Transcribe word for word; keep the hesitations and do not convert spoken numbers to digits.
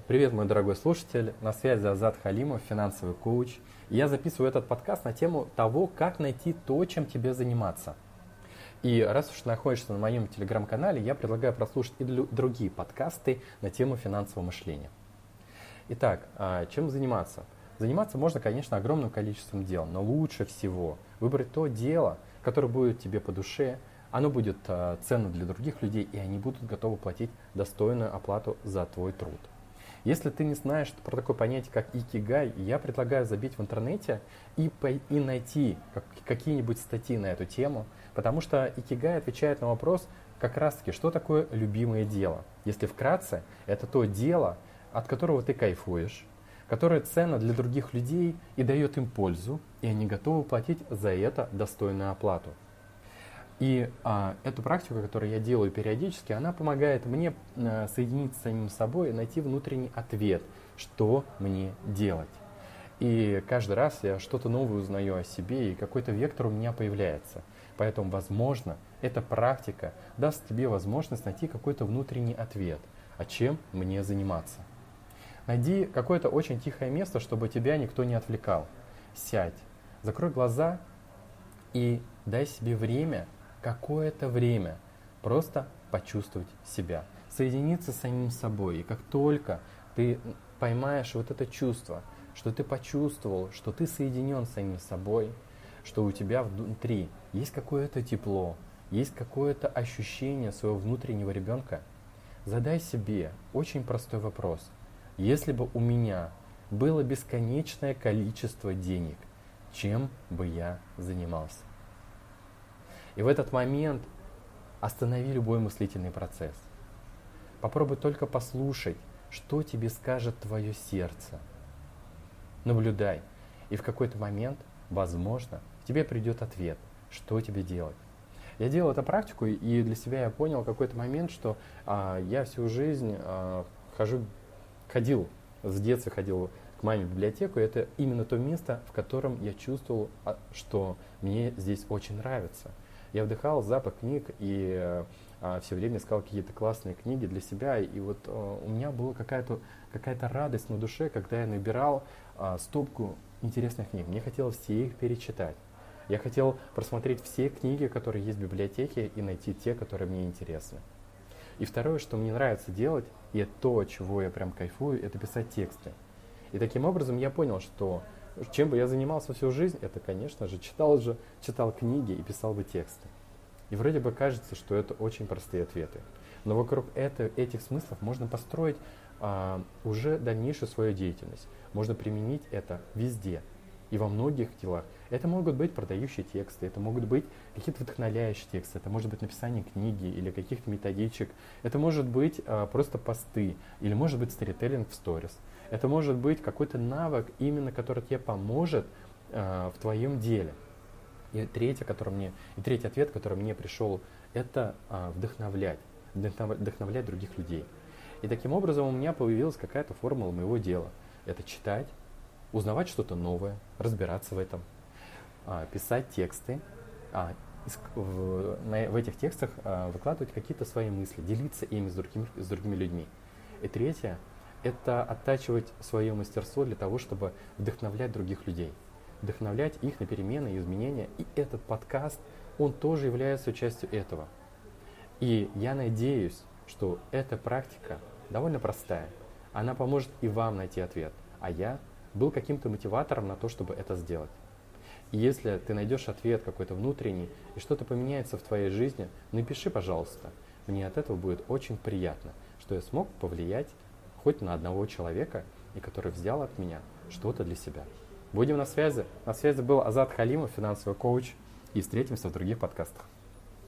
Привет, мой дорогой слушатель, на связи Азат Халимов, финансовый коуч. И я записываю этот подкаст на тему того, как найти то, чем тебе заниматься. И раз уж находишься на моем телеграм-канале, я предлагаю прослушать и другие подкасты на тему финансового мышления. Итак, чем заниматься? Заниматься можно, конечно, огромным количеством дел, но лучше всего выбрать то дело, которое будет тебе по душе, оно будет ценно для других людей, и они будут готовы платить достойную оплату за твой труд. Если ты не знаешь про такое понятие, как икигай, я предлагаю забить в интернете и, и найти как, какие-нибудь статьи на эту тему, потому что икигай отвечает на вопрос как раз-таки, что такое любимое дело. Если вкратце, это то дело, от которого ты кайфуешь, которое ценно для других людей и дает им пользу, и они готовы платить за это достойную оплату. И а, эту практику, которую я делаю периодически, она помогает мне а, соединиться с самим собой и найти внутренний ответ, что мне делать. И каждый раз я что-то новое узнаю о себе, и какой-то вектор у меня появляется. Поэтому, возможно, эта практика даст тебе возможность найти какой-то внутренний ответ, а чем мне заниматься. Найди какое-то очень тихое место, чтобы тебя никто не отвлекал. Сядь, закрой глаза и дай себе время, какое-то время просто почувствовать себя, соединиться с самим собой. И как только ты поймаешь вот это чувство, что ты почувствовал, что ты соединен с самим собой, что у тебя внутри есть какое-то тепло, есть какое-то ощущение своего внутреннего ребенка, задай себе очень простой вопрос. Если бы у меня было бесконечное количество денег, чем бы я занимался? И в этот момент останови любой мыслительный процесс. Попробуй только послушать, что тебе скажет твое сердце. Наблюдай, и в какой-то момент, возможно, тебе придет ответ, что тебе делать. Я делал эту практику, и для себя я понял в какой-то момент, что а, я всю жизнь а, хожу, ходил, с детства ходил к маме в библиотеку, и это именно то место, в котором я чувствовал, что мне здесь очень нравится. Я вдыхал запах книг и а, все время искал какие-то классные книги для себя. И вот а, у меня была какая-то, какая-то радость на душе, когда я набирал а, стопку интересных книг. Мне хотелось все их перечитать. Я хотел просмотреть все книги, которые есть в библиотеке, и найти те, которые мне интересны. И второе, что мне нравится делать, и то, от чего я прям кайфую, это писать тексты. И таким образом я понял, что чем бы я занимался всю жизнь, это, конечно же, читал же, читал книги и писал бы тексты. И вроде бы кажется, что это очень простые ответы. Но вокруг это, этих смыслов можно построить а, уже дальнейшую свою деятельность. Можно применить это везде и во многих делах. Это могут быть продающие тексты, это могут быть какие-то вдохновляющие тексты, это может быть написание книги или каких-то методичек, это может быть а, просто посты, или может быть сторителлинг в сторис. Это может быть какой-то навык, именно который тебе поможет э, в твоем деле. И третий, который мне, и третий ответ, который мне пришел, это э, вдохновлять, вдохнов, вдохновлять других людей. И таким образом у меня появилась какая-то формула моего дела. Это читать, узнавать что-то новое, разбираться в этом, э, писать тексты, э, в, на, в этих текстах э, выкладывать какие-то свои мысли, делиться ими с другими, с другими людьми. И третье, это оттачивать свое мастерство для того, чтобы вдохновлять других людей, вдохновлять их на перемены и изменения. И этот подкаст, он тоже является частью этого. И я надеюсь, что эта практика довольно простая. Она поможет и вам найти ответ. А я был каким-то мотиватором на то, чтобы это сделать. И если ты найдешь ответ какой-то внутренний, и что-то поменяется в твоей жизни, напиши, пожалуйста. Мне от этого будет очень приятно, что я смог повлиять хоть на одного человека, и который взял от меня что-то для себя. Будем на связи. На связи был Азат Халимов, финансовый коуч, и встретимся в других подкастах.